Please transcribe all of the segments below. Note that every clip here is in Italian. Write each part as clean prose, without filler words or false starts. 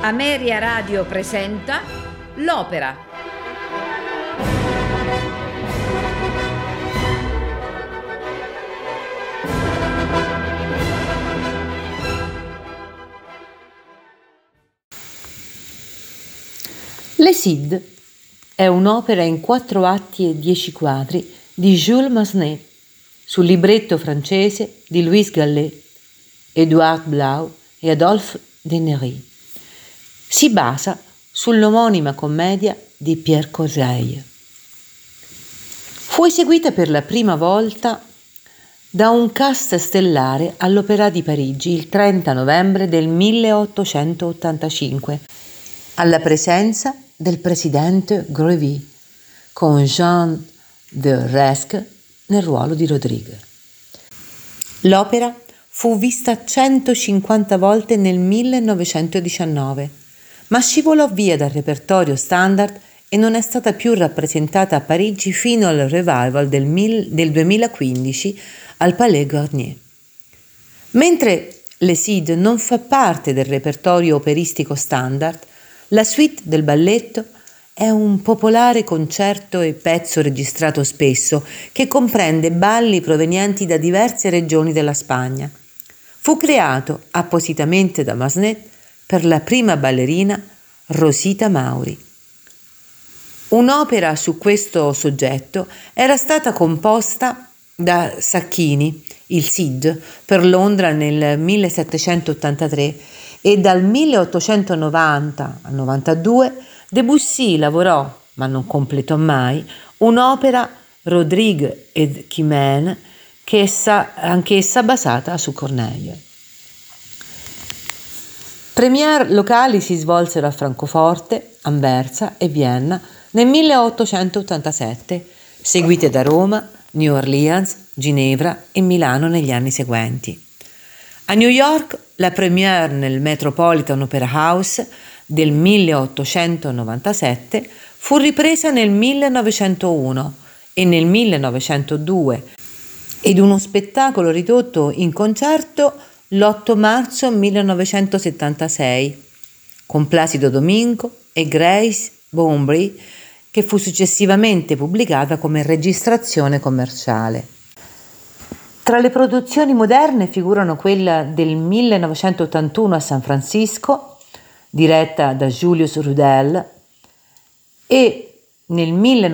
Ameria Radio presenta L'Opera. Le Cid è un'opera in 4 atti e 10 quadri di Jules Massenet sul libretto francese di Louis Gallet, Édouard Blau e Adolphe Denery. Si basa sull'omonima commedia di Pierre Corneille. Fu eseguita per la prima volta da un cast stellare all'Opéra di Parigi il 30 novembre del 1885, alla presenza del presidente Grévy, con Jean de Resque nel ruolo di Rodrigue. L'opera fu vista 150 volte nel 1919, ma scivolò via dal repertorio standard e non è stata più rappresentata a Parigi fino al revival del 2015 al Palais Garnier. Mentre Le Cid non fa parte del repertorio operistico standard, la suite del balletto è un popolare concerto e pezzo registrato spesso che comprende balli provenienti da diverse regioni della Spagna. Fu creato appositamente da Massenet per la prima ballerina Rosita Mauri. Un'opera su questo soggetto era stata composta da Sacchini, il Cid, per Londra nel 1783 e dal 1890 al 92 Debussy lavorò, ma non completò mai, un'opera Rodrigue et Chimène anch'essa basata su Corneille. Premiere locali si svolsero a Francoforte, Anversa e Vienna nel 1887, seguite da Roma, New Orleans, Ginevra e Milano negli anni seguenti. A New York la premiere nel Metropolitan Opera House del 1897 fu ripresa nel 1901 e nel 1902 ed uno spettacolo ridotto in concerto l'8 marzo 1976 con Placido Domingo e Grace Bombry, che fu successivamente pubblicata come registrazione commerciale. Tra le produzioni moderne figurano quella del 1981 a San Francisco, diretta da Julius Rudel, e nel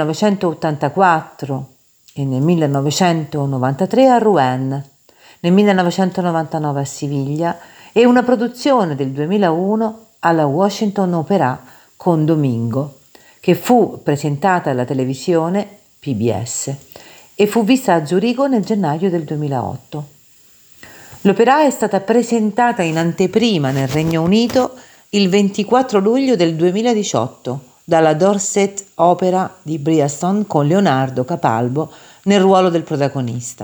1984 e nel 1993 a Rouen, nel 1999 a Siviglia e una produzione del 2001 alla Washington Opera con Domingo, che fu presentata alla televisione PBS e fu vista a Zurigo nel gennaio del 2008. L'opera è stata presentata in anteprima nel Regno Unito il 24 luglio del 2018 dalla Dorset Opera di Bryanston con Leonardo Capalbo nel ruolo del protagonista.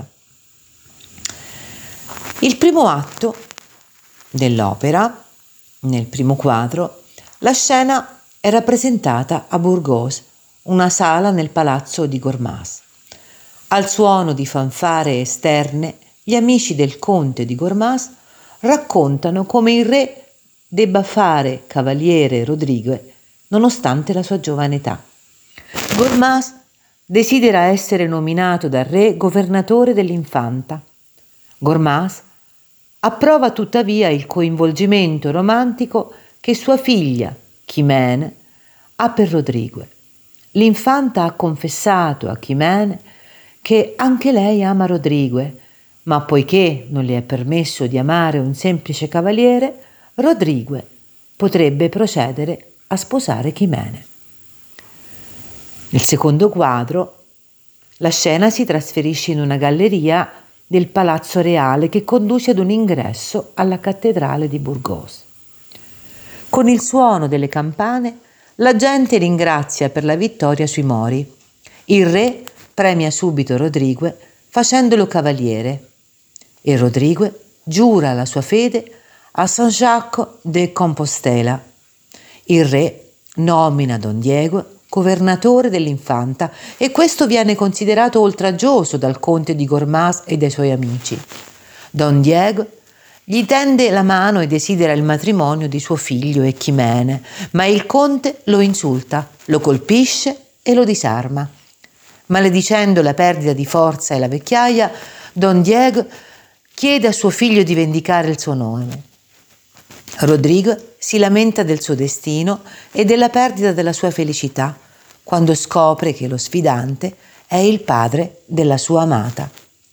Il primo atto dell'opera, nel primo quadro, la scena è rappresentata a Burgos, una sala nel palazzo di Gormas. Al suono di fanfare esterne, gli amici del conte di Gormas raccontano come il re debba fare cavaliere Rodrigue nonostante la sua giovane età. Gormas desidera essere nominato dal re governatore dell'infanta. Gormas approva tuttavia il coinvolgimento romantico che sua figlia, Chimène, ha per Rodrigue. L'infanta ha confessato a Chimène che anche lei ama Rodrigue, ma poiché non le è permesso di amare un semplice cavaliere, Rodrigue potrebbe procedere a sposare Chimène. Nel secondo quadro, la scena si trasferisce in una galleria del Palazzo Reale che conduce ad un ingresso alla cattedrale di Burgos. Con il suono delle campane, la gente ringrazia per la vittoria sui Mori. Il re premia subito Rodrigue facendolo cavaliere e Rodrigue giura la sua fede a Saint-Jacques de Compostela. Il re nomina Don Diego governatore dell'infanta e questo viene considerato oltraggioso dal conte di Gormas e dai suoi amici. Don Diego Gli tende la mano e desidera il matrimonio di suo figlio e Chimene, ma il conte lo insulta, lo colpisce e lo disarma. Maledicendo la perdita di forza e la vecchiaia, Don Diego chiede a suo figlio di vendicare il suo nome. Rodrigo si lamenta del suo destino e della perdita della sua felicità quando scopre che lo sfidante è il padre della sua amata.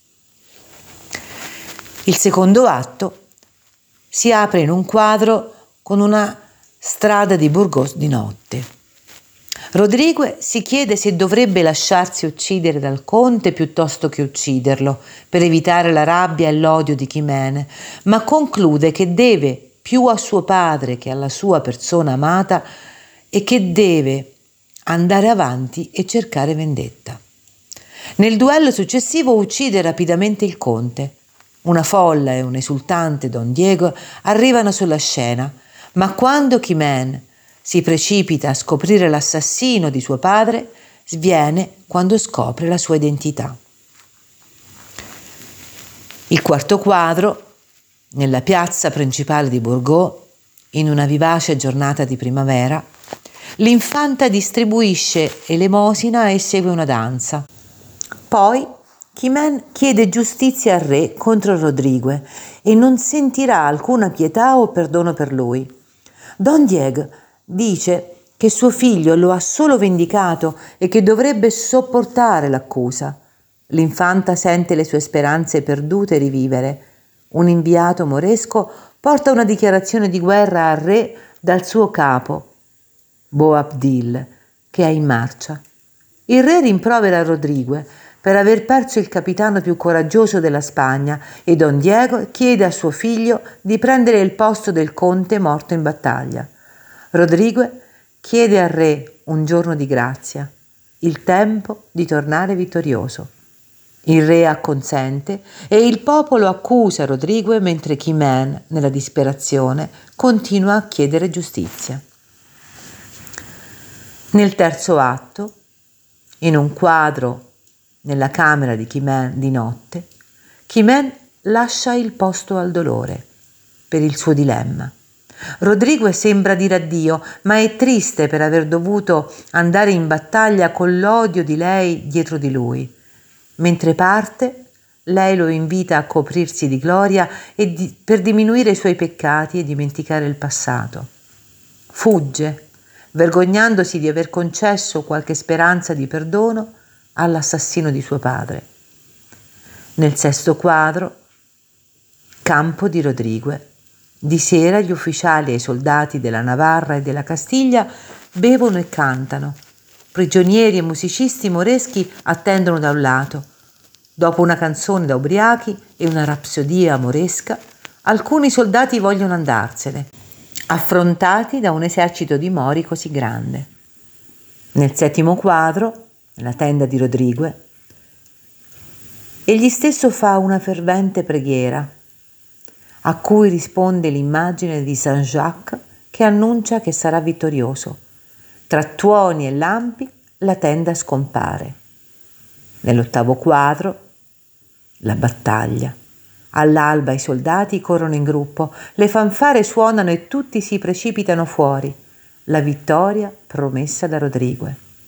Il secondo atto si apre in un quadro con una strada di Burgos di notte. Rodrigo si chiede se dovrebbe lasciarsi uccidere dal conte piuttosto che ucciderlo per evitare la rabbia e l'odio di Chimene, ma conclude che deve più a suo padre che alla sua persona amata e che deve andare avanti e cercare vendetta. Nel duello successivo uccide rapidamente il conte. Una folla e un esultante Don Diego arrivano sulla scena, ma quando Chimene si precipita a scoprire l'assassino di suo padre, sviene quando scopre la sua identità. Il quarto quadro, nella piazza principale di Burgos, in una vivace giornata di primavera, l'infanta distribuisce elemosina e segue una danza. Poi Chimene chiede giustizia al re contro Rodrigo e non sentirà alcuna pietà o perdono per lui. Don Diego dice che suo figlio lo ha solo vendicato e che dovrebbe sopportare l'accusa. L'infanta sente le sue speranze perdute rivivere. Un inviato moresco porta una dichiarazione di guerra al re dal suo capo, Boabdil, che è in marcia. Il re rimprovera Rodrigo per aver perso il capitano più coraggioso della Spagna e Don Diego chiede a suo figlio di prendere il posto del conte morto in battaglia. Rodrigo chiede al re un giorno di grazia, il tempo di tornare vittorioso. Il re acconsente e il popolo accusa Rodrigo mentre Chimene, nella disperazione, continua a chiedere giustizia. Nel terzo atto, in un quadro nella camera di Chimene di notte, Chimene lascia il posto al dolore per il suo dilemma. Rodrigo sembra dire addio, ma è triste per aver dovuto andare in battaglia con l'odio di lei dietro di lui. Mentre parte, lei lo invita a coprirsi di gloria per diminuire i suoi peccati e dimenticare il passato. Fugge, vergognandosi di aver concesso qualche speranza di perdono all'assassino di suo padre. Nel sesto quadro, campo di Rodrigo. Di sera gli ufficiali e i soldati della Navarra e della Castiglia bevono e cantano. Prigionieri e musicisti moreschi attendono da un lato. Dopo una canzone da ubriachi e una rapsodia moresca, alcuni soldati vogliono andarsene, affrontati da un esercito di mori così grande. Nel settimo quadro, nella tenda di Rodrigo, egli stesso fa una fervente preghiera, a cui risponde l'immagine di Saint Jacques che annuncia che sarà vittorioso. Tra tuoni e lampi la tenda scompare. Nell'ottavo quadro, la battaglia. All'alba i soldati corrono in gruppo, le fanfare suonano e tutti si precipitano fuori. La vittoria promessa da Rodrigo.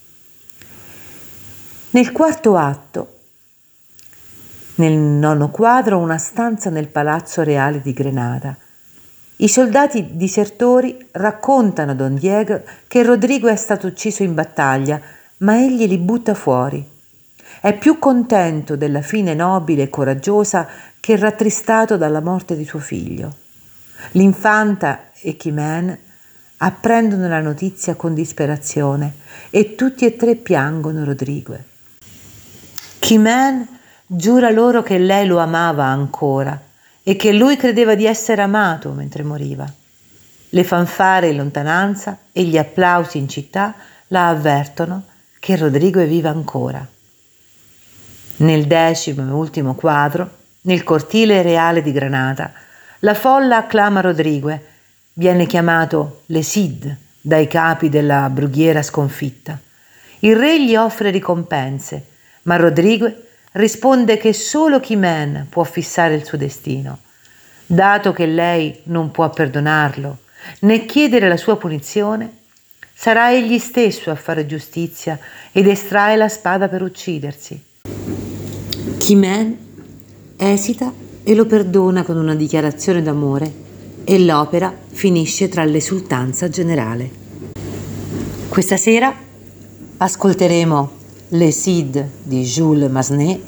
Nel quarto atto, nel nono quadro, una stanza nel palazzo reale di Grenada. I soldati disertori raccontano a Don Diego che Rodrigo è stato ucciso in battaglia, ma egli li butta fuori. È più contento della fine nobile e coraggiosa che rattristato dalla morte di suo figlio. L'infanta e Chimene apprendono la notizia con disperazione e tutti e tre piangono Rodrigo. Chimene giura loro che lei lo amava ancora e che lui credeva di essere amato mentre moriva. Le fanfare in lontananza e gli applausi in città la avvertono che Rodrigo è viva ancora. Nel decimo e ultimo quadro, nel cortile reale di Granada, la folla acclama Rodrigo. Viene chiamato Le Cid dai capi della brughiera sconfitta. Il re gli offre ricompense, ma Rodrigo risponde che solo Chimene può fissare il suo destino. Dato che lei non può perdonarlo né chiedere la sua punizione, sarà egli stesso a fare giustizia ed estrae la spada per uccidersi. Chimène esita e lo perdona con una dichiarazione d'amore e l'opera finisce tra l'esultanza generale. Questa sera ascolteremo Les Cid di Jules Massenet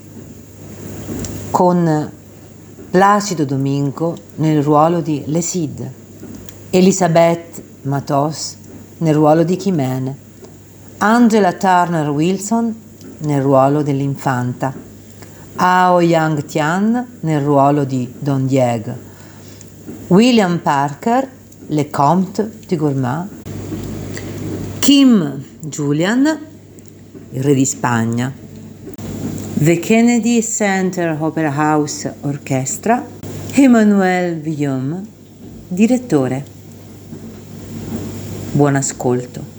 con Placido Domingo nel ruolo di Le Cid, Elisabeth Matos nel ruolo di Chimène, Angela Turner Wilson nel ruolo dell'infanta, Ao Yang Tian nel ruolo di Don Diego, William Parker, Le Comte de Gourmand, Kim Julian, il re di Spagna, The Kennedy Center Opera House Orchestra, Emmanuel Villaume, direttore. Buon ascolto.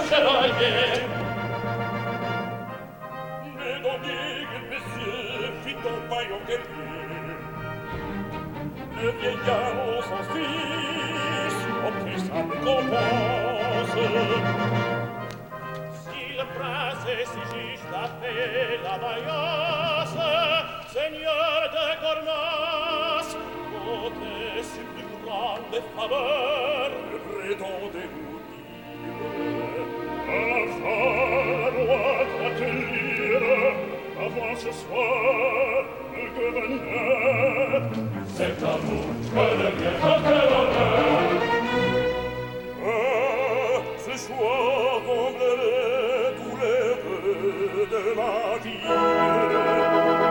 chevalier. Mais donc il monsieur fit un vaillant guerrier. Le vieillard son fils obtint sa récompense. Si le prince est si juste a fait la vaillance, seigneur de Gormas, votez plus grande faveur, prétendez-vous dire. Enfin, roi doit te lire, avant ce soir, le gouverneur. C'est à vous que le bien honneur. Ce soir comblerait tous les vœux de ma vie.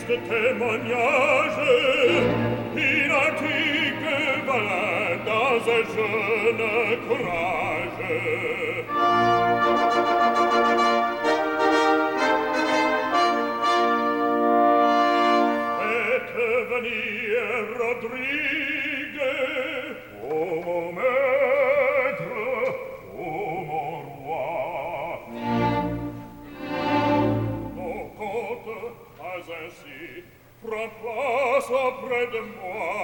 triste témoignage, une antique balade dans un jeune courage. Faites venir Rodrigue, ô mon maître, ô mon roi. Mon comte, pas ainsi, prends place auprès de moi.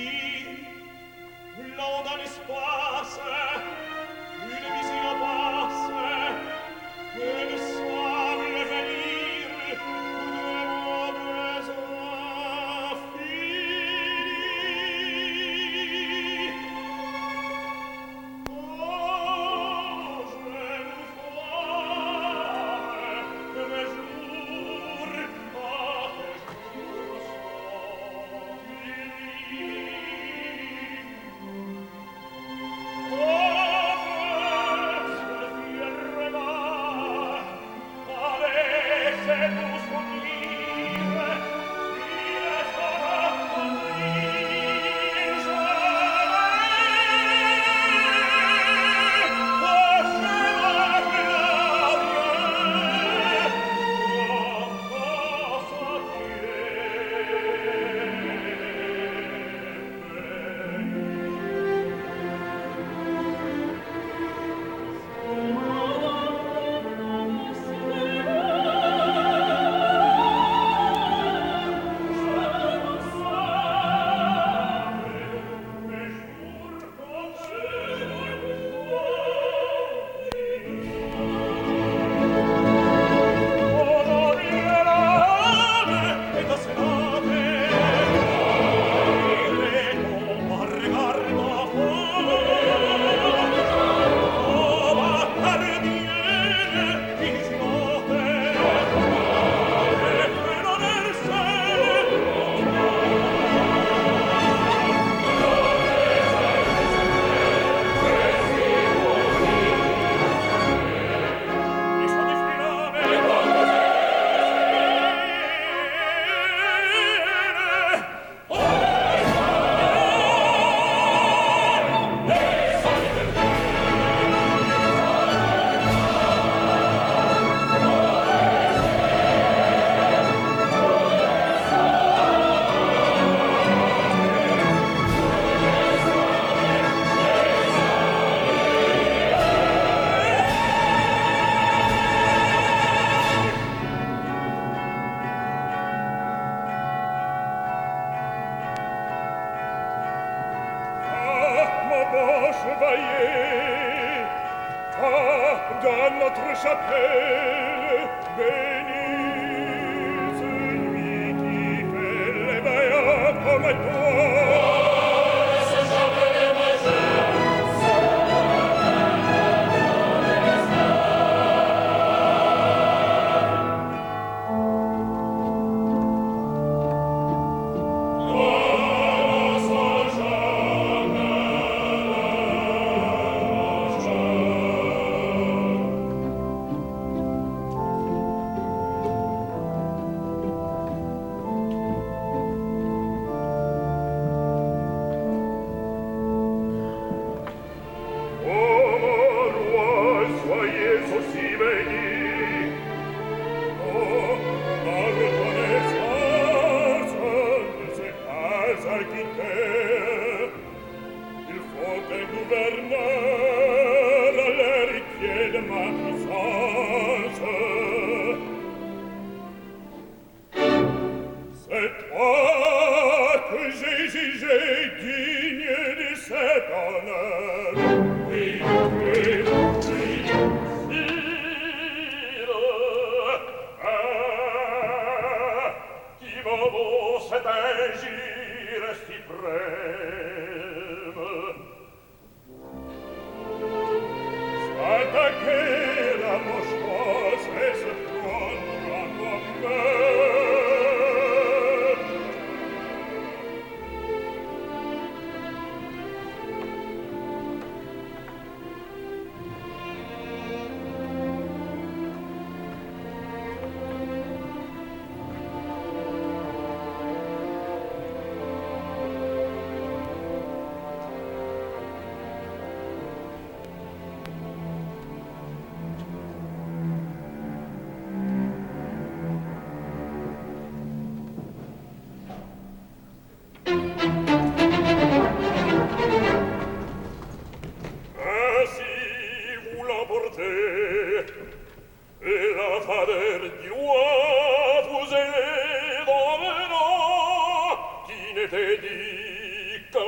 dans notre chapelle, bénis celui qui fait les veillants comme toi.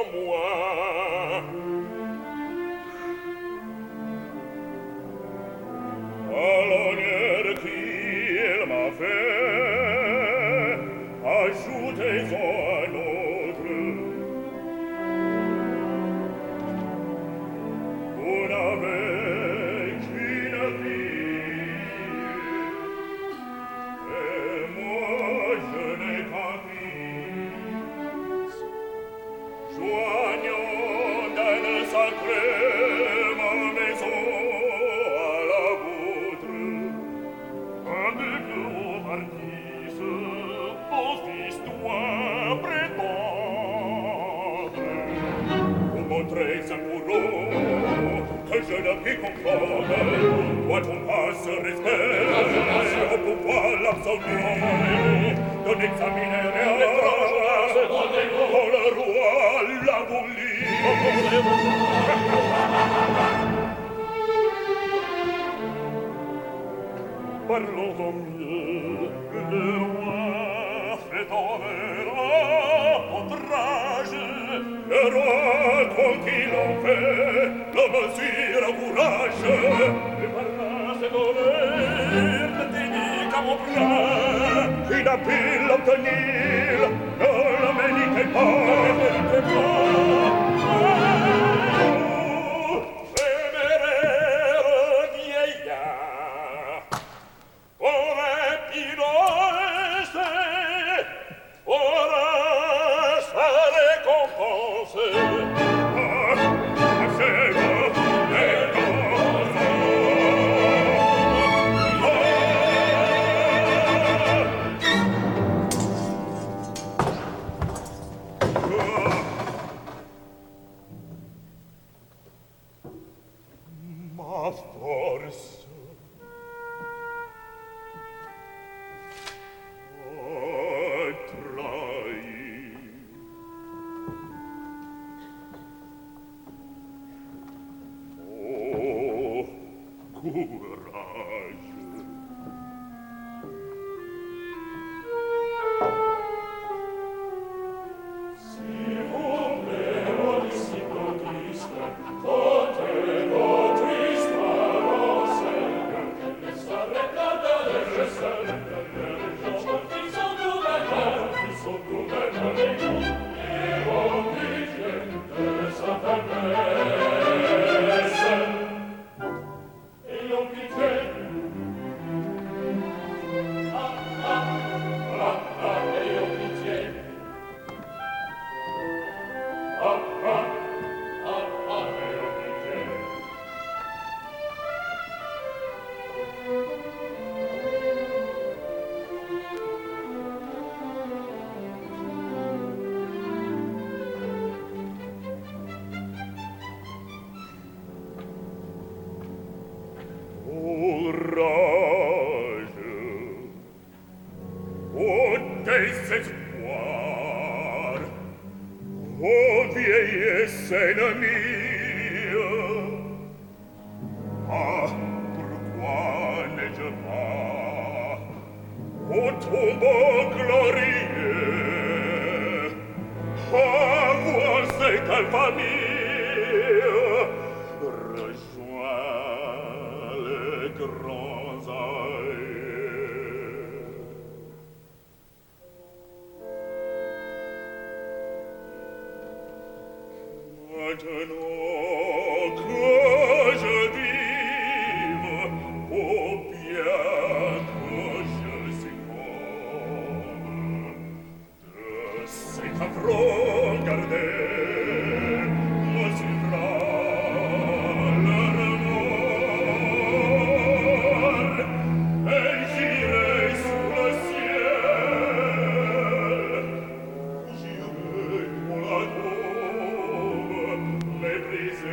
Brise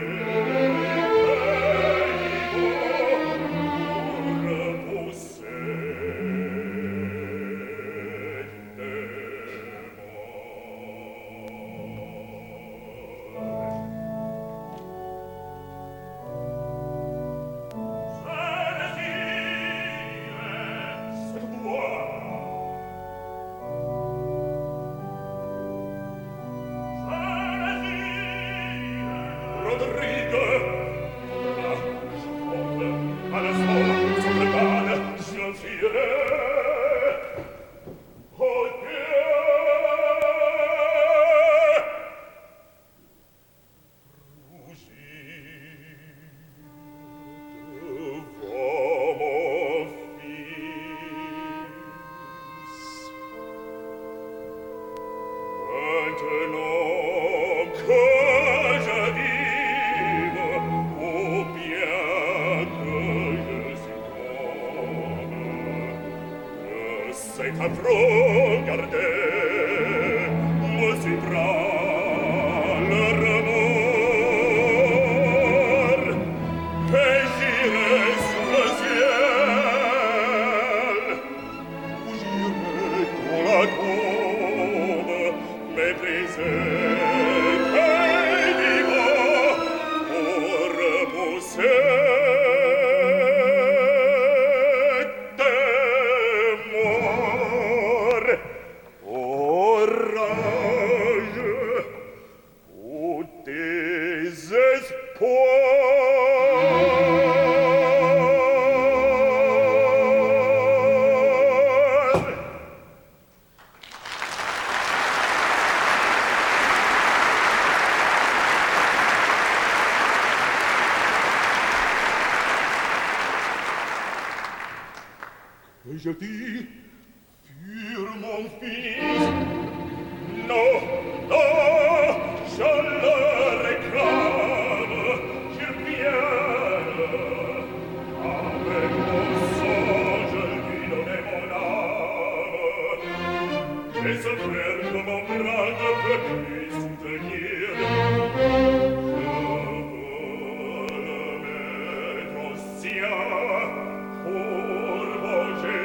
Je dis, pour mon fils, non, non, je le réclame, qu'il vienne, avec mon sang, je lui donne mon âme, et ce frère que mon bras ne peut plus soutenir, je veux le mettre au sien, pour manger.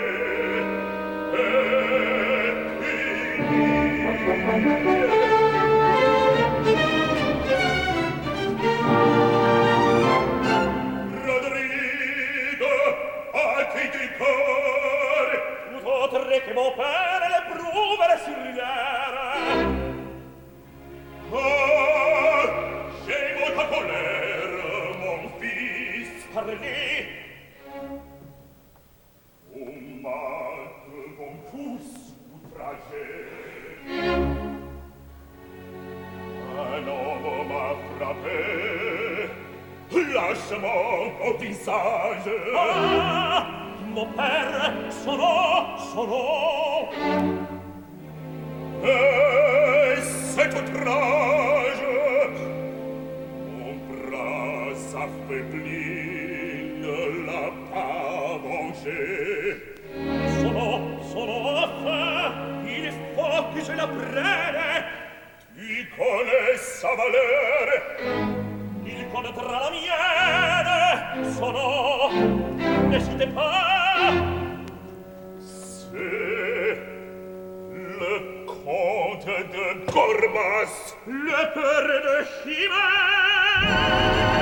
Rodrigo, à qui tu corps, vous autres que mon père l'éprouve la surrière. Ah, j'ai molta colère, mon fils, parlez. Un homme m'a frappé, lâchement au visage. Ah, mon père, son nom. Et cet outrage, mon bras s'affaiblit, ne l'a pas vengé. Son nom, enfin, il faut que je la prenne. Tu connais sa valeur, il connaîtra la mienne. Son nom, n'hésitez pas, c'est le comte de Gormas, le père de Chimère.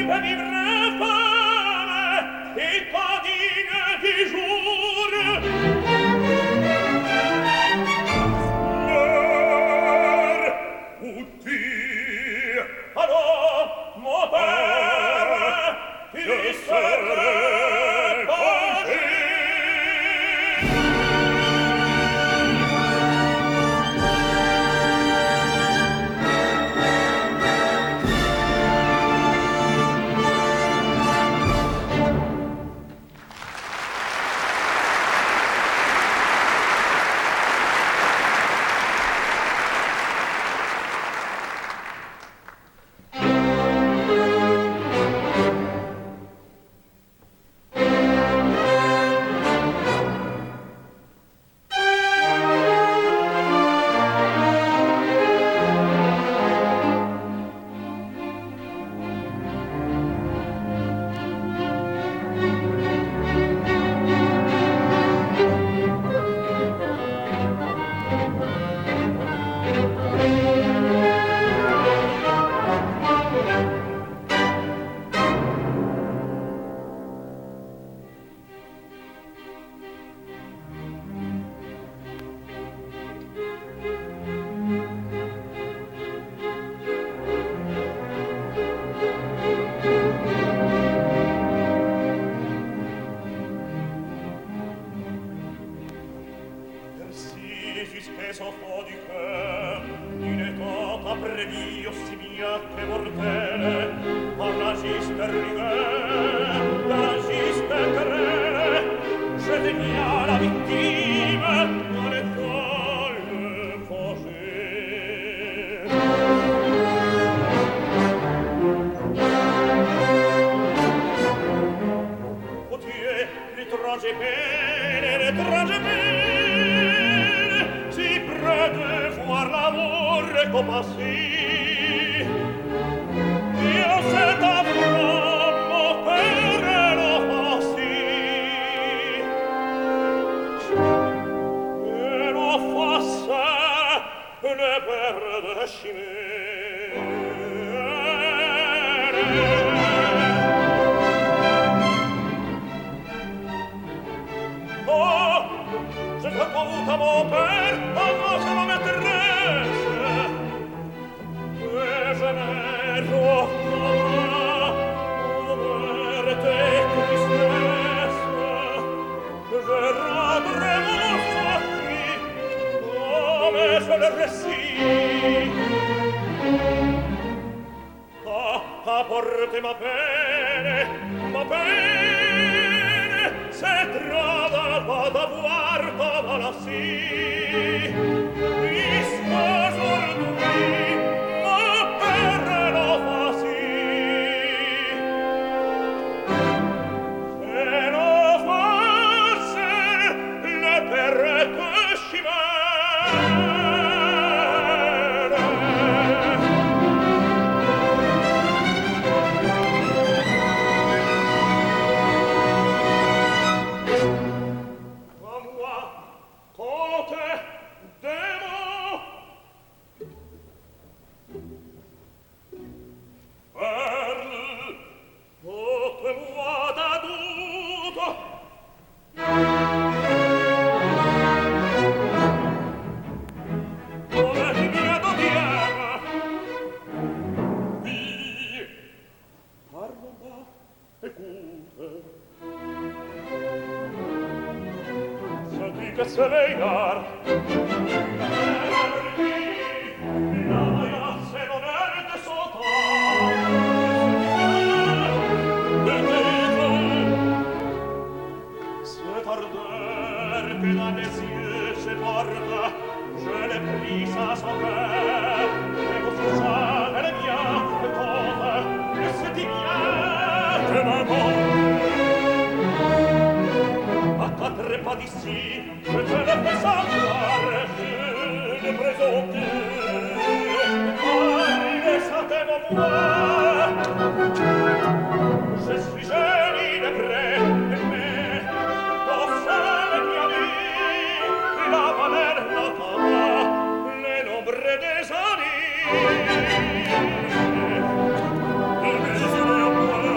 Desire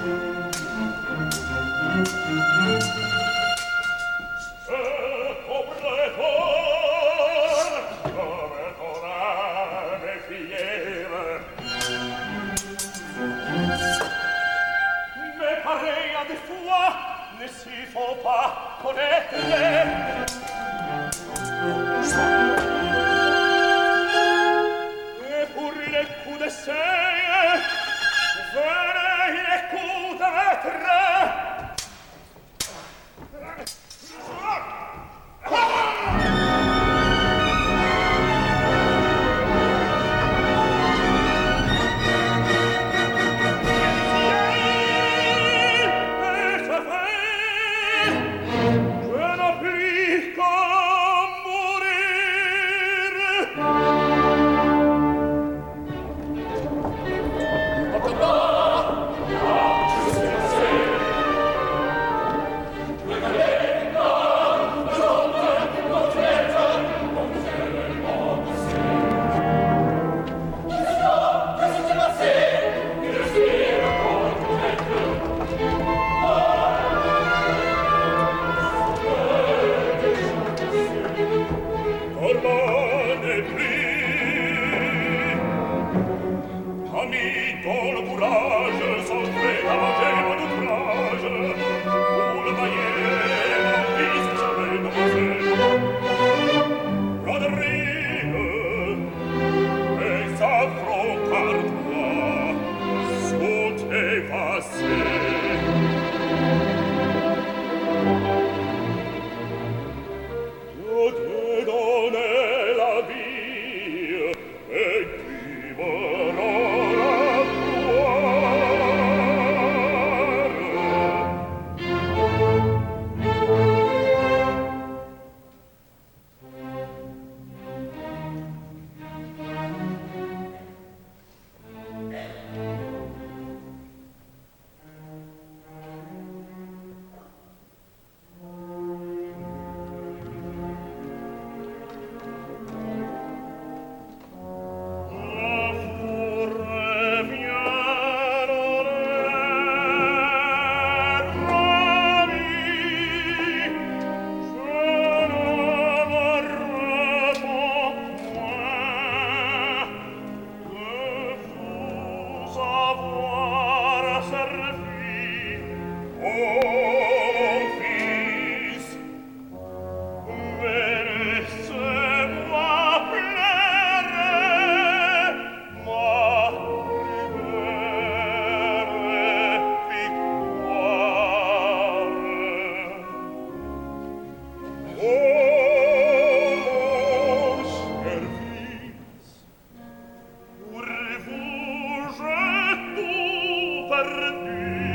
perdu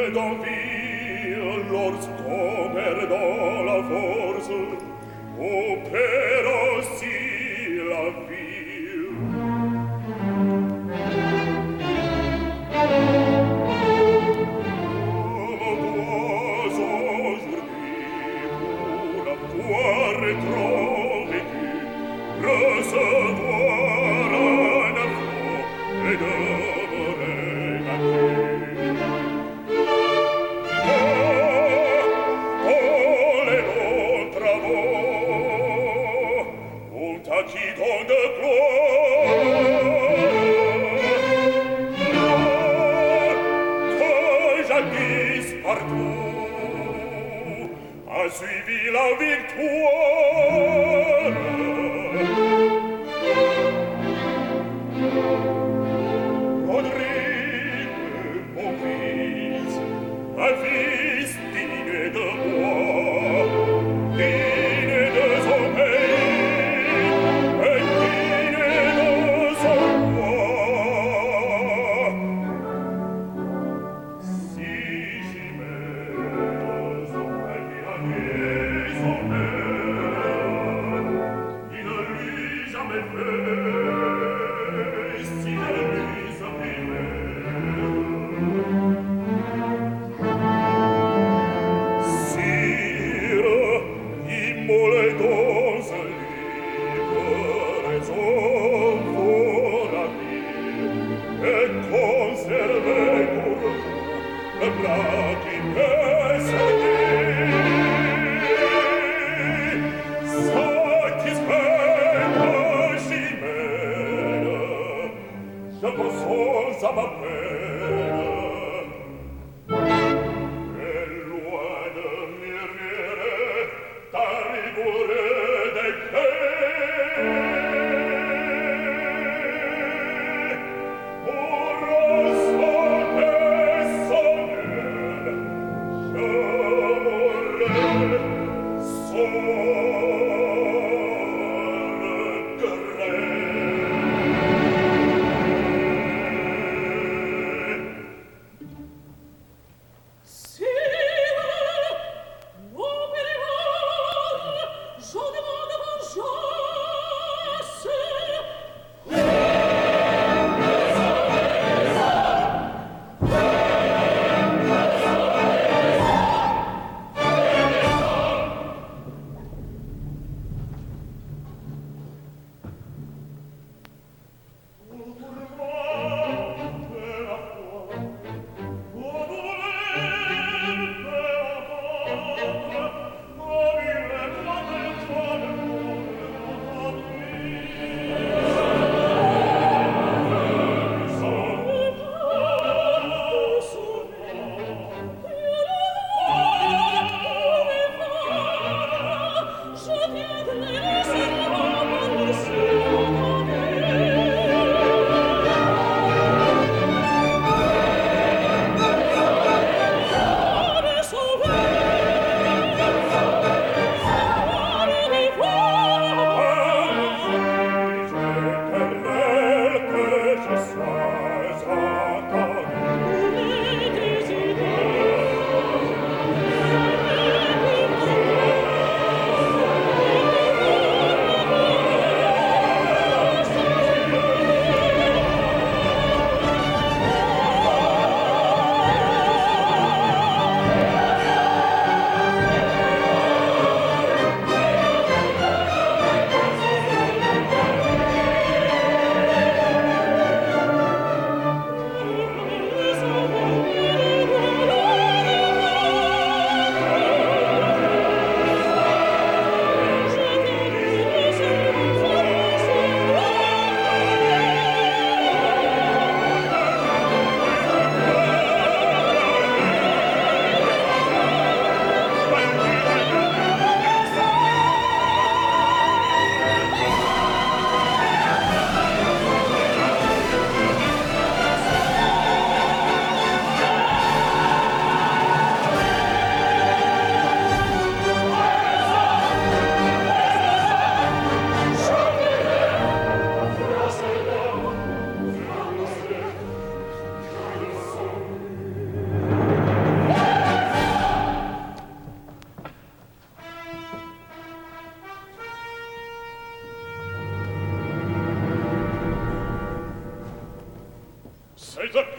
d'envie lorsqu'on perdant la force opère aussi la vie. Mon aujourd'hui pour avoir trop vécu recevoir un affront et demeurer vaincu. Les longs travaux ont acquis tant de gloire que jadis partout a suivi la victoire. Rodrigue, mon fils, a fils digne de moi, digne de son pays et digne de son roi. Si chimère son père son père, il ne lui jamais fait, si ne lui Sire, immolé dans un livre, raison pour la vie, et conservé pour vous le bras qui peut servir. Satisfait de chimère, je consens à ma peine. Loin de murmurer ta rigoureux décret, pour ressauter son aile, je mourrai sans regret.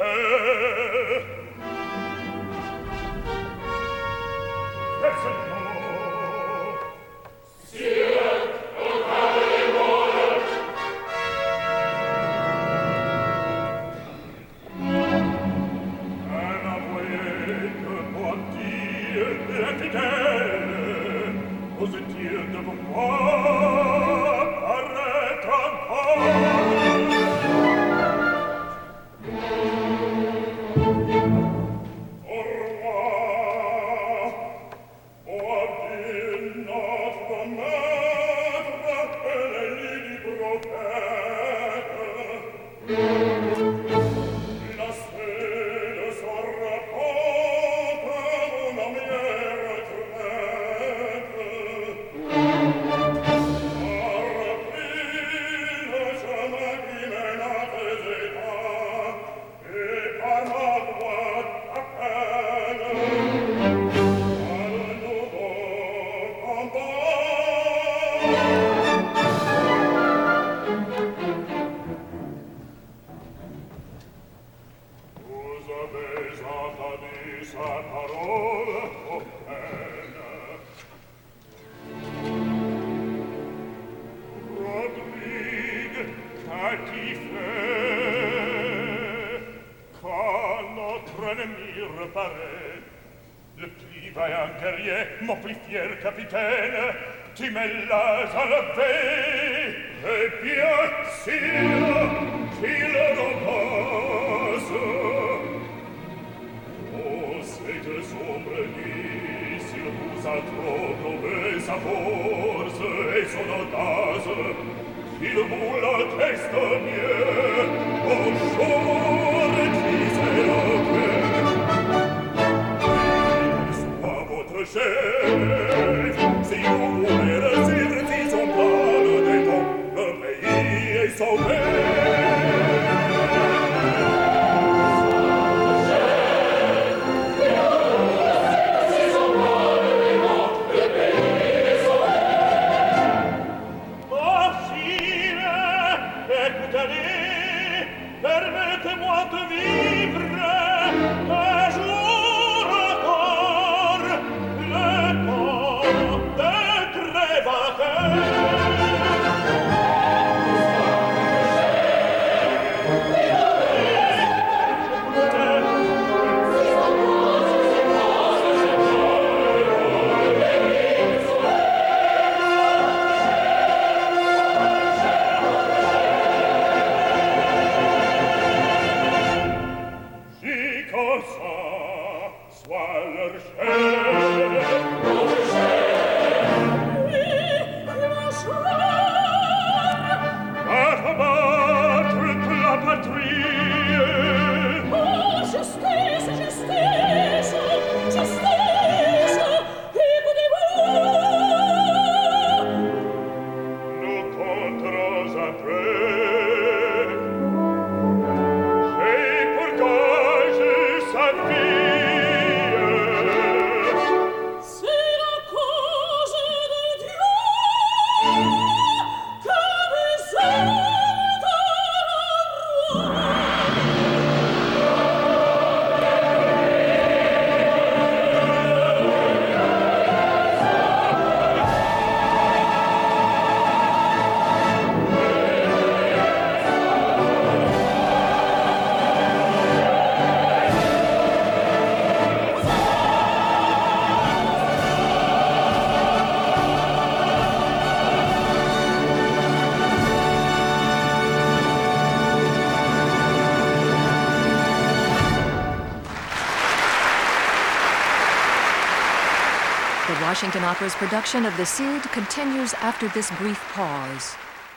The Washington Opera's production of The Cid continues after this brief pause.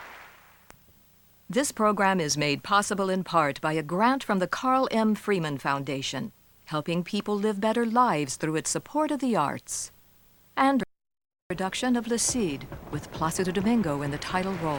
This program is made possible in part by a grant from the Carl M. Freeman Foundation, helping people live better lives through its support of the arts. And production of Le Cid, with Placido Domingo in the title role.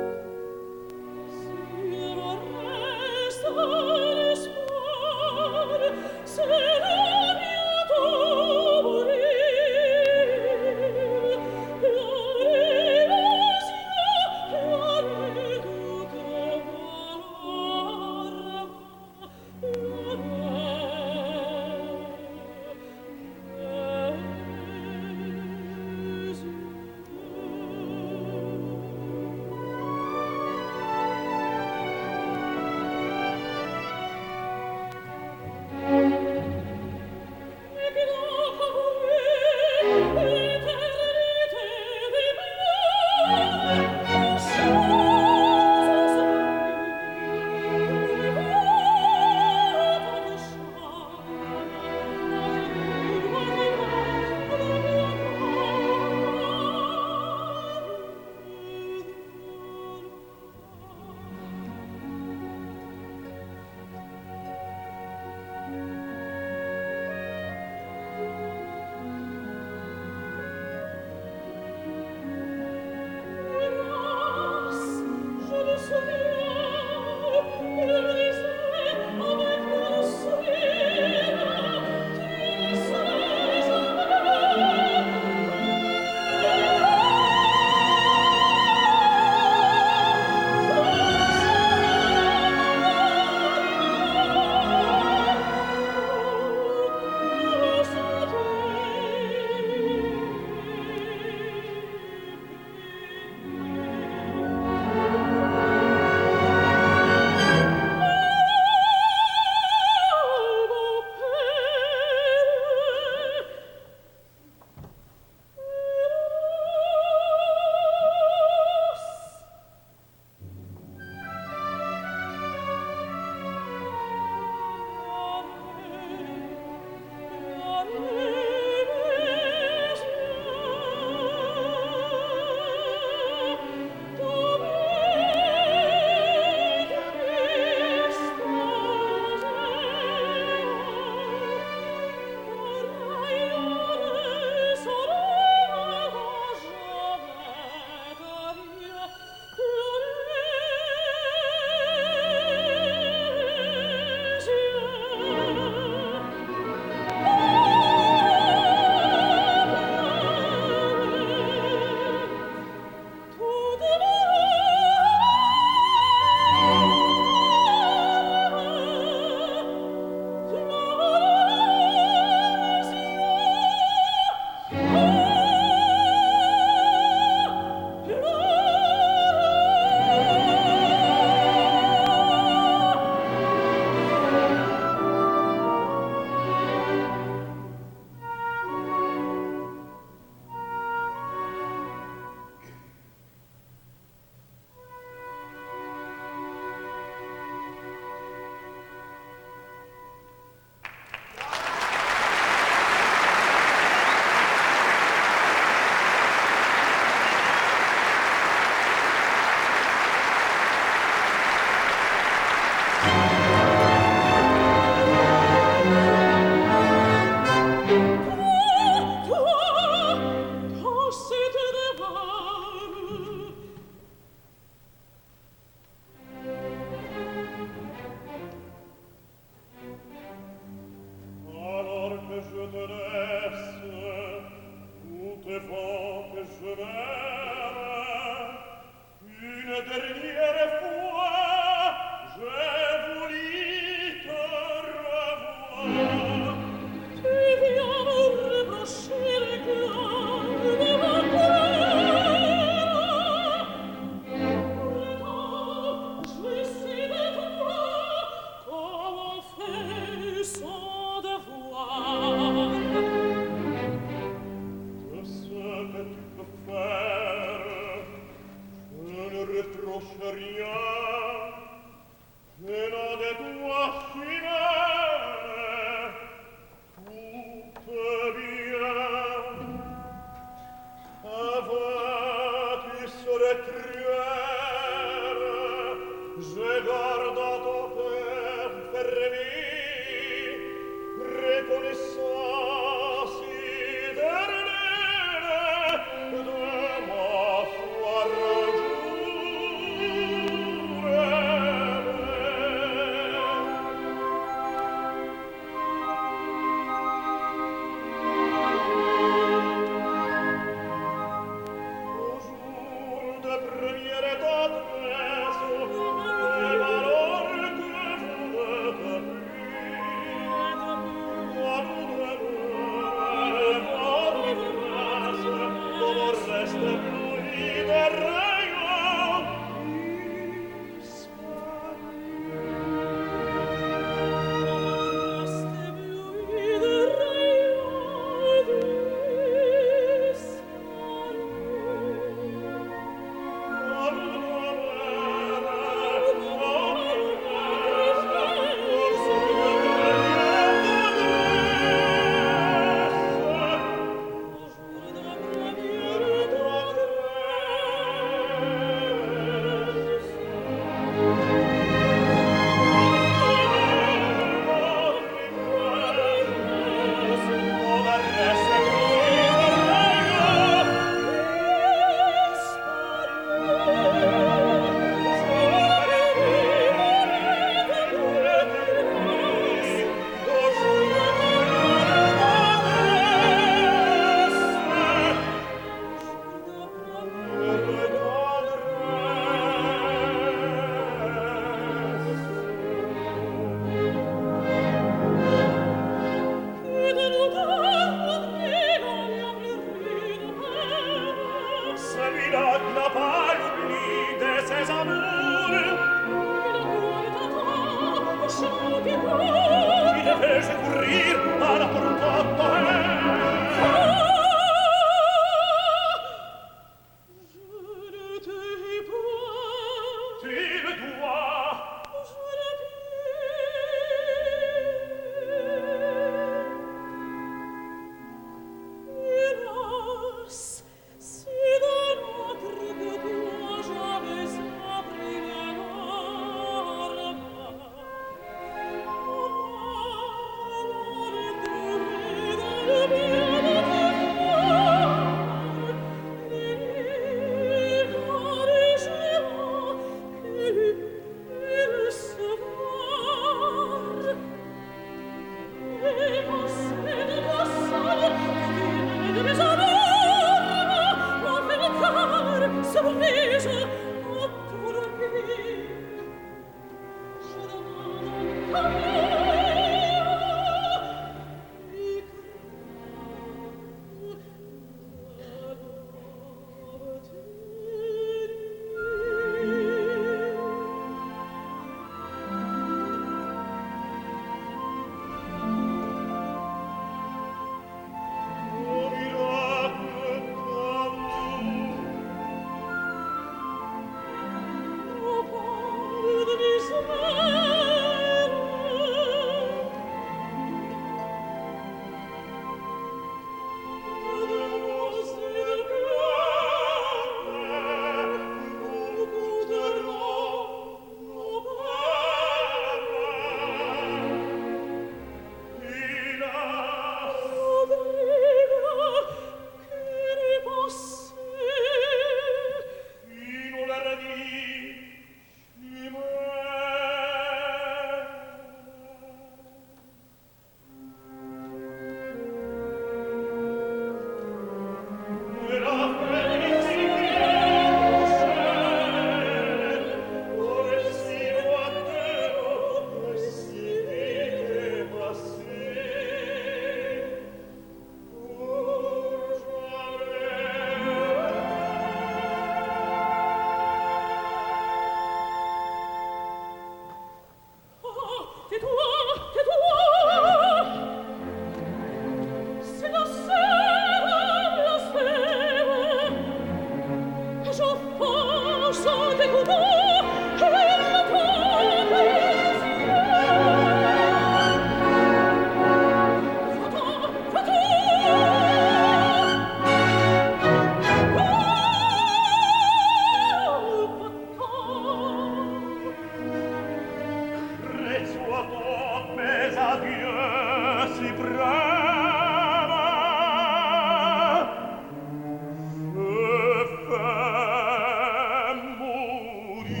Morir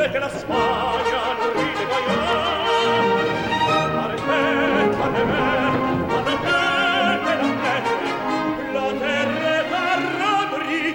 dice che la Spagna non ride la terra carrabri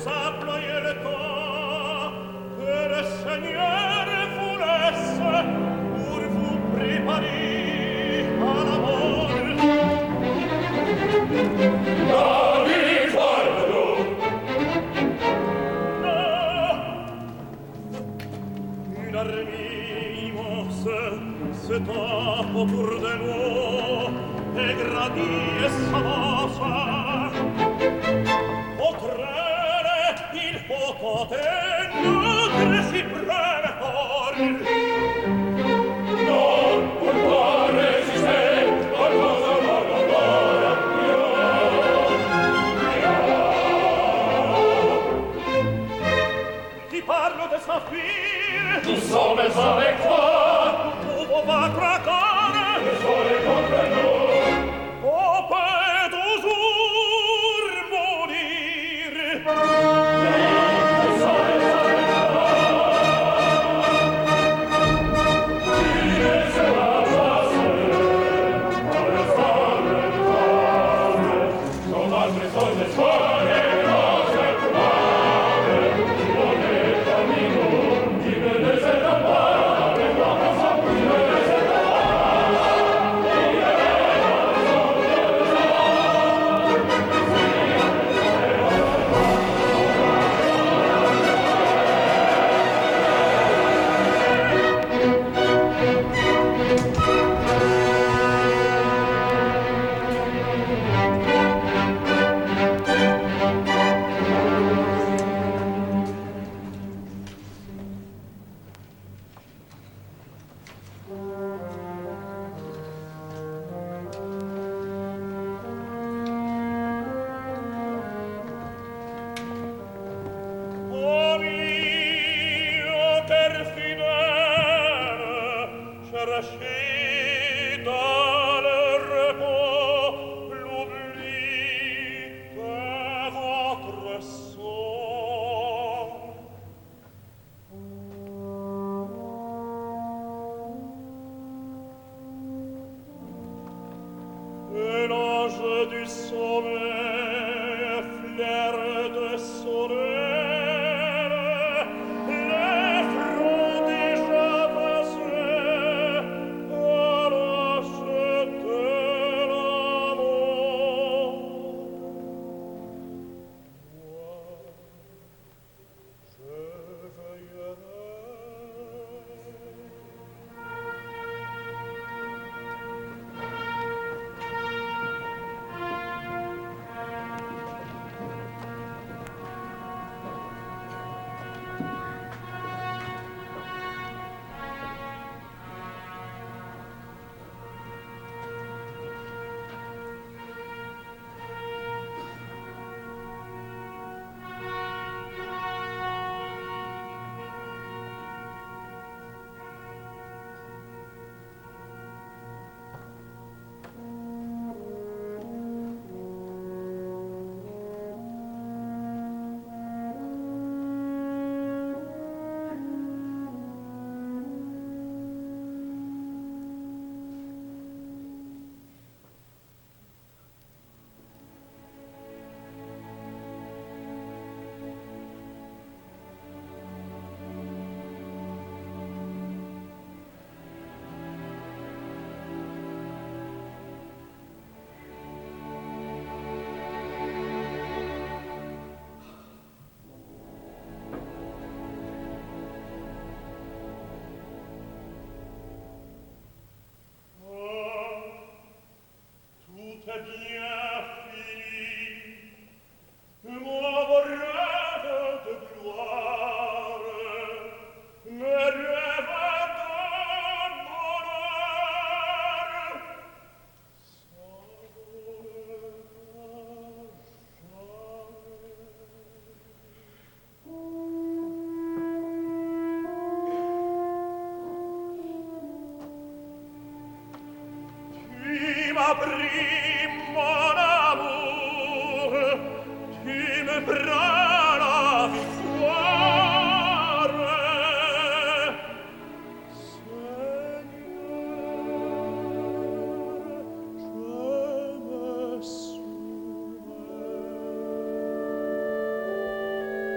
sable et le temps que le Seigneur vous laisse pour vous préparer à la mort. La victoire de l'eau. Une armée immense se tend autour de nous et gradit et s'avance. Contre elle, il faut compter notre suprême force. Non, on doit résister à cause de la gloire. Qui parle de s'enfuir? Nous sommes avec toi. Nous pouvons battre encore. Le sol est contre nous. On peut toujours mourir. Le sol est avec toi. Il ne sera pas seul. Dans le sable du corps. Son âme est son espoir et notre courage. On est parmi nous. Qui ne déserte pas. Les blancs ensemble. Qui ne déserte pas. Oh mio cœur fidèle, cherchez dans le repos l'oubli de votre sort. Et l'ange du sommeil, flair de soleil, les fronts déjà passés à l'âge de l'amour. Moi, je veillerai. Tout est bien fini. Mon rêve de gloire, mes rêves de bonheur s'envolent Tu m'as pris mon amour, tu me prends la victoire. Seigneur, je me souviens.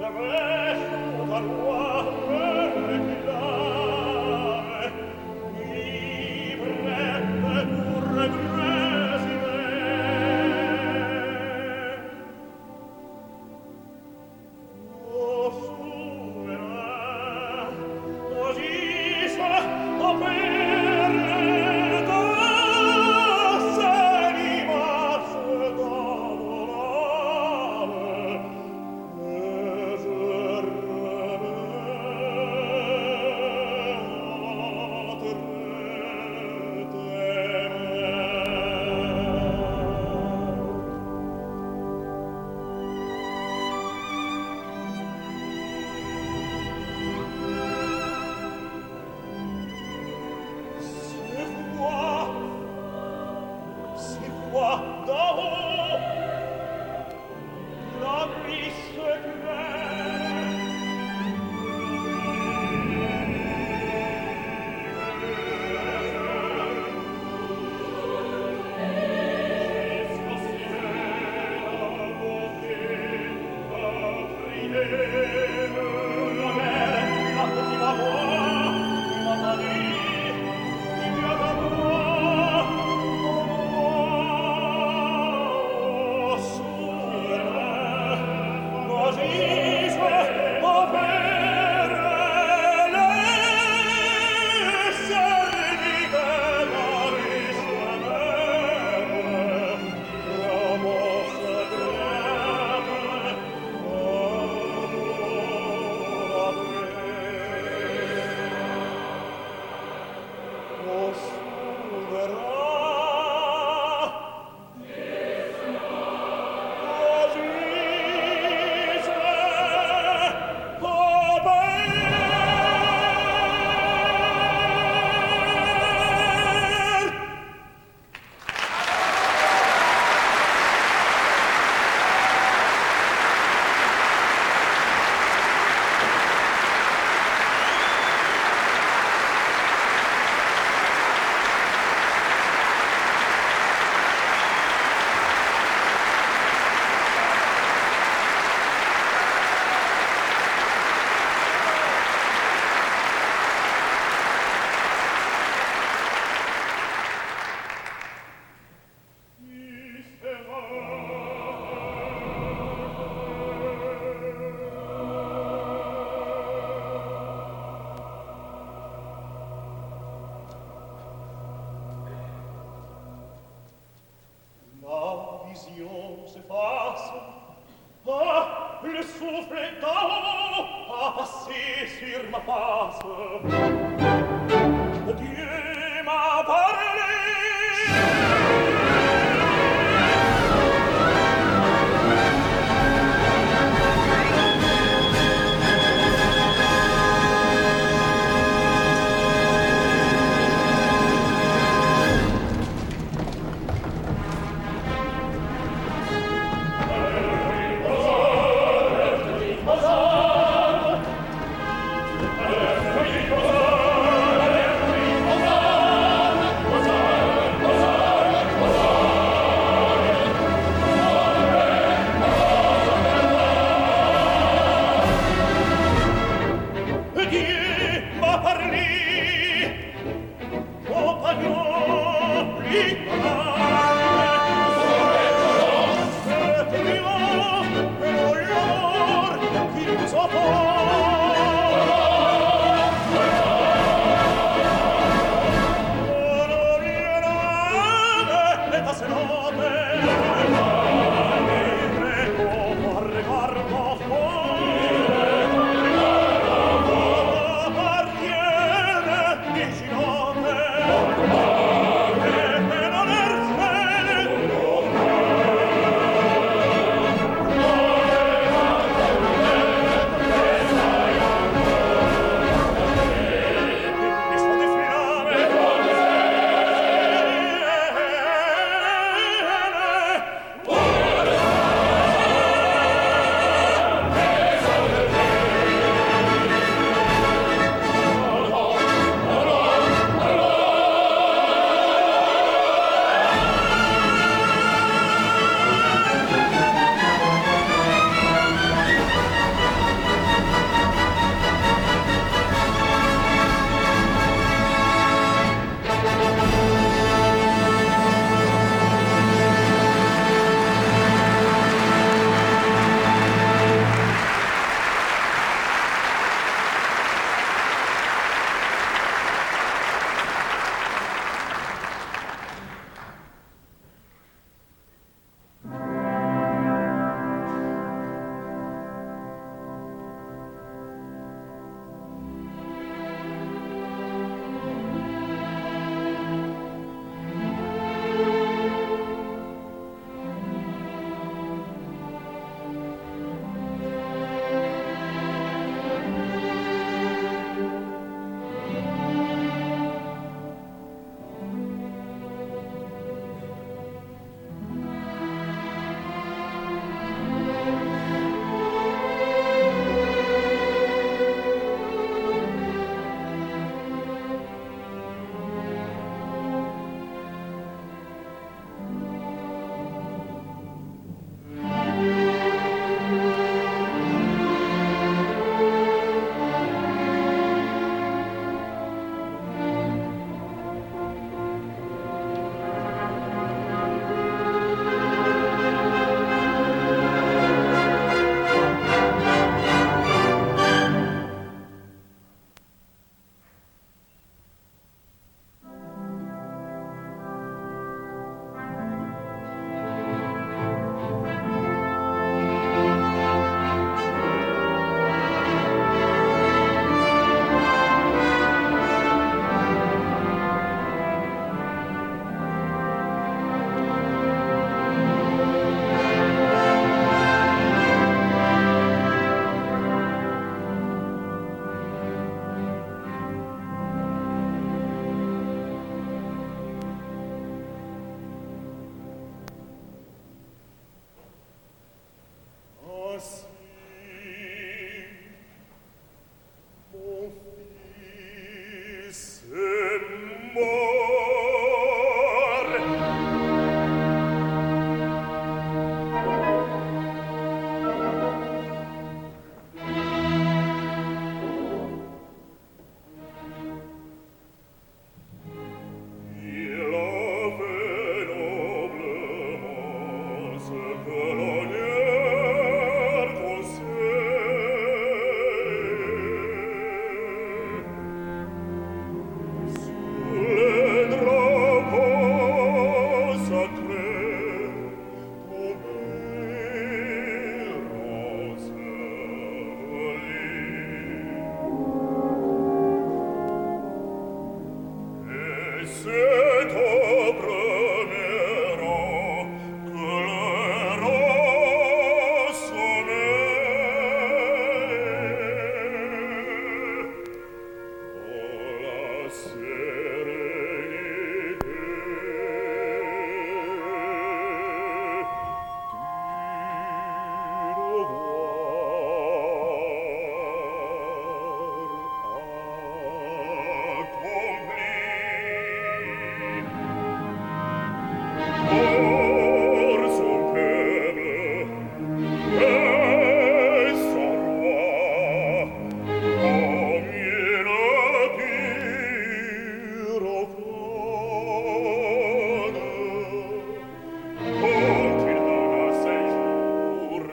Riposare, riposare,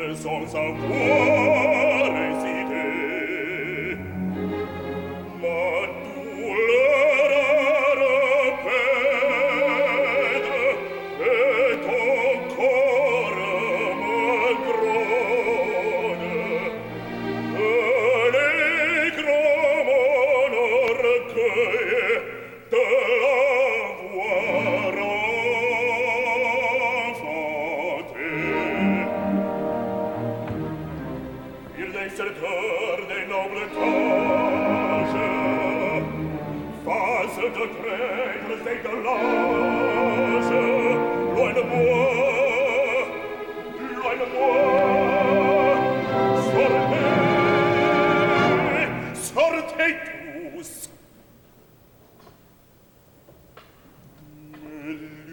sans savoir hésiter. Ma douleur répète et ton corps me gronde. Allegro mon orgueil de l'avoir enfanté. Il deserteur des nobles tâches, phase de traîtres et de lâches, loin de moi, sortez tous. Et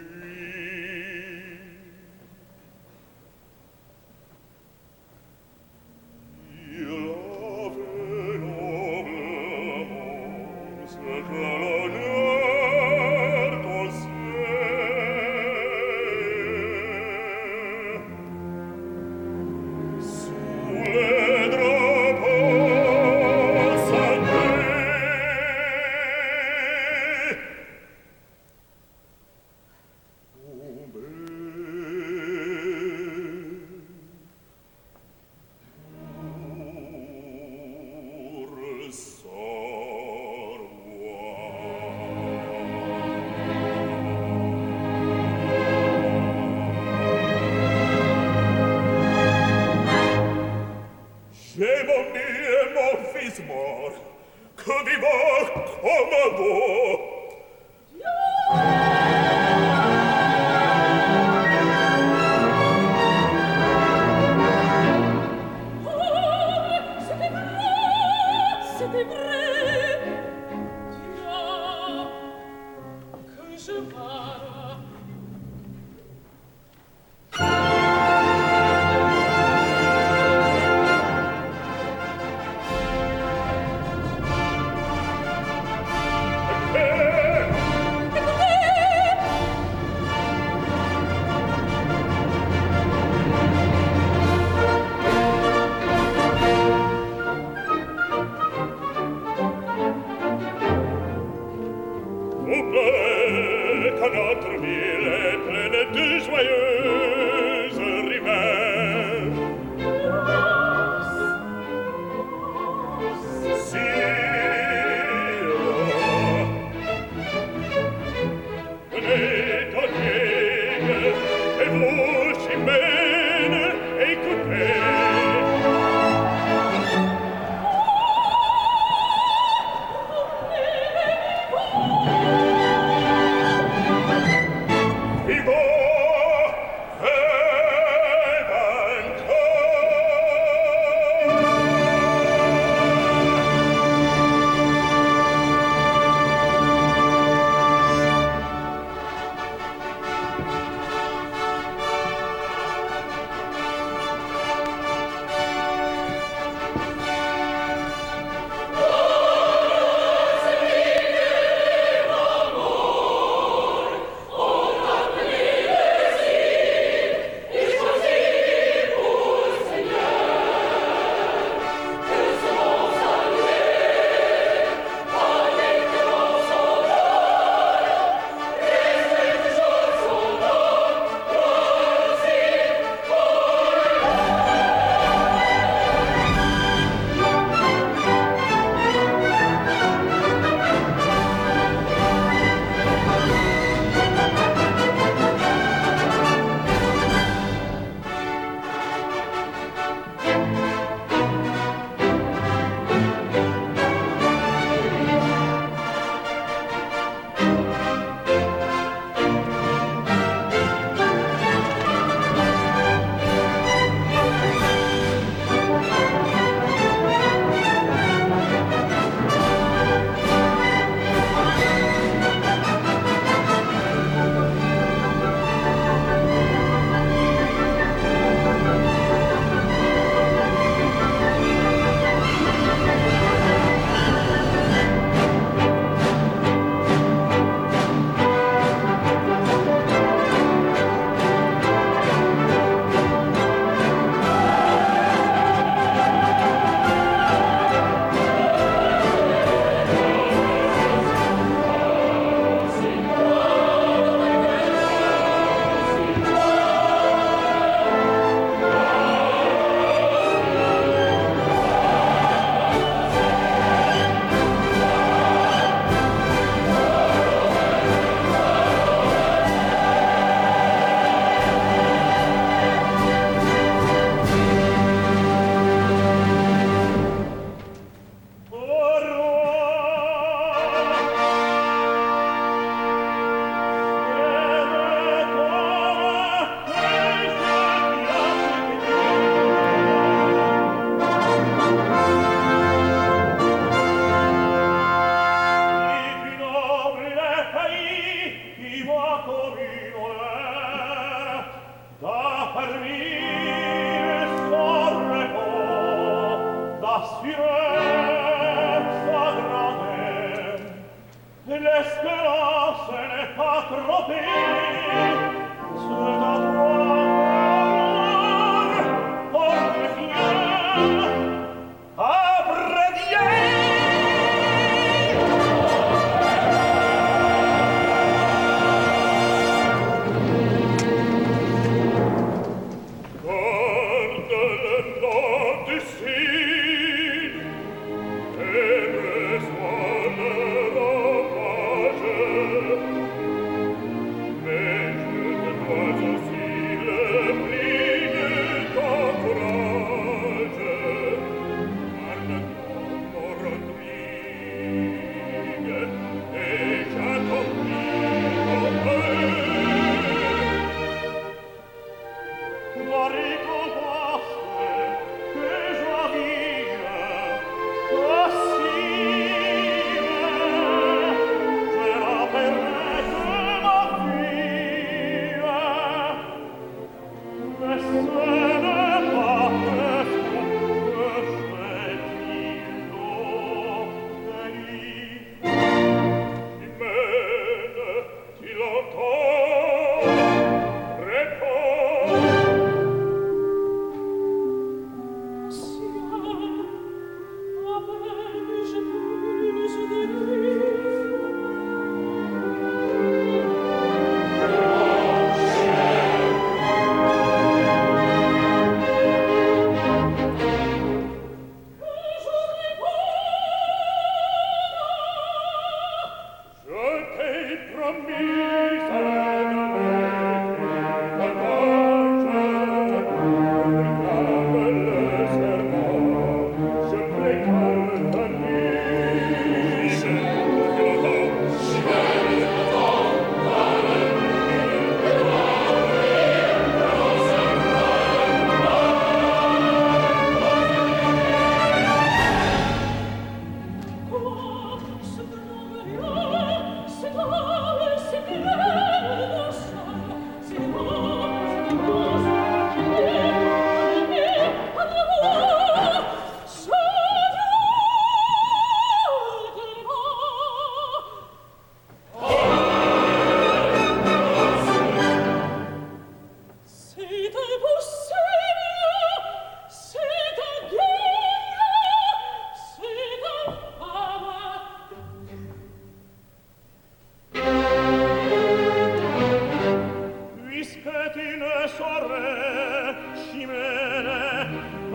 lui, il avait noblement ce que l'honneur possède. Sous les drapeaux sacrés tomber pour sa J'ai mon nid et mon fils mort, que vivant comme vous. C'était vrai. Dis-moi que je pars. Et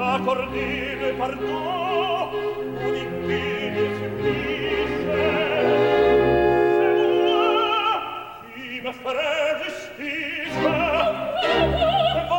ma cordine pardon, un impegno finisce. Se moi, chi me ferait justice, va.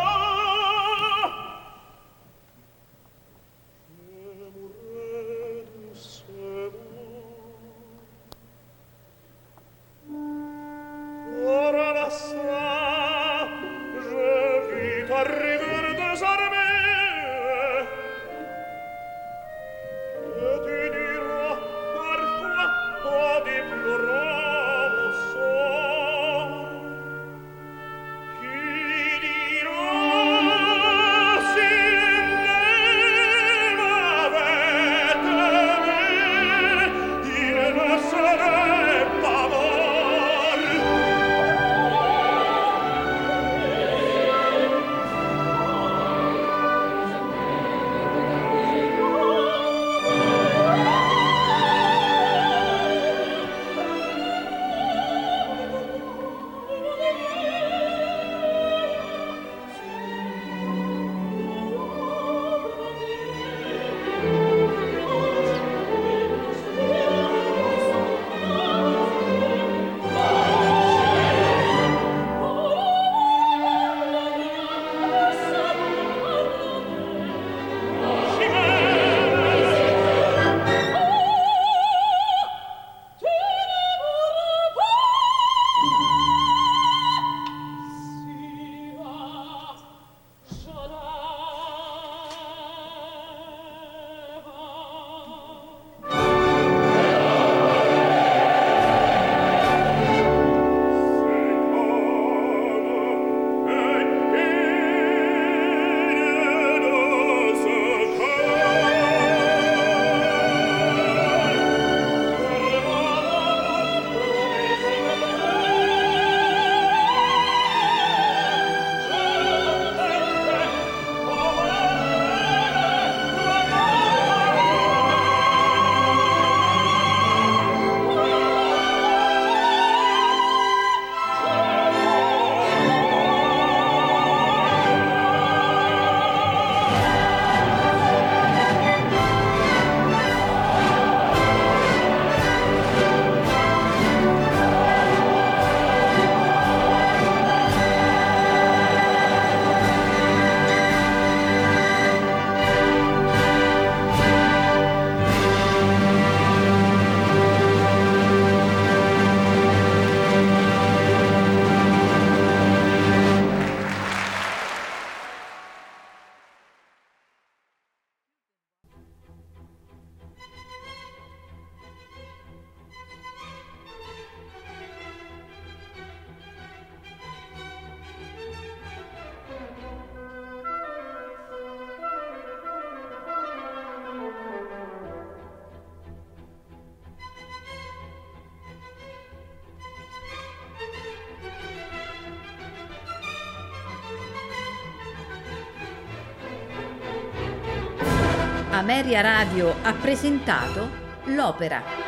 Ameria Radio ha presentato l'opera.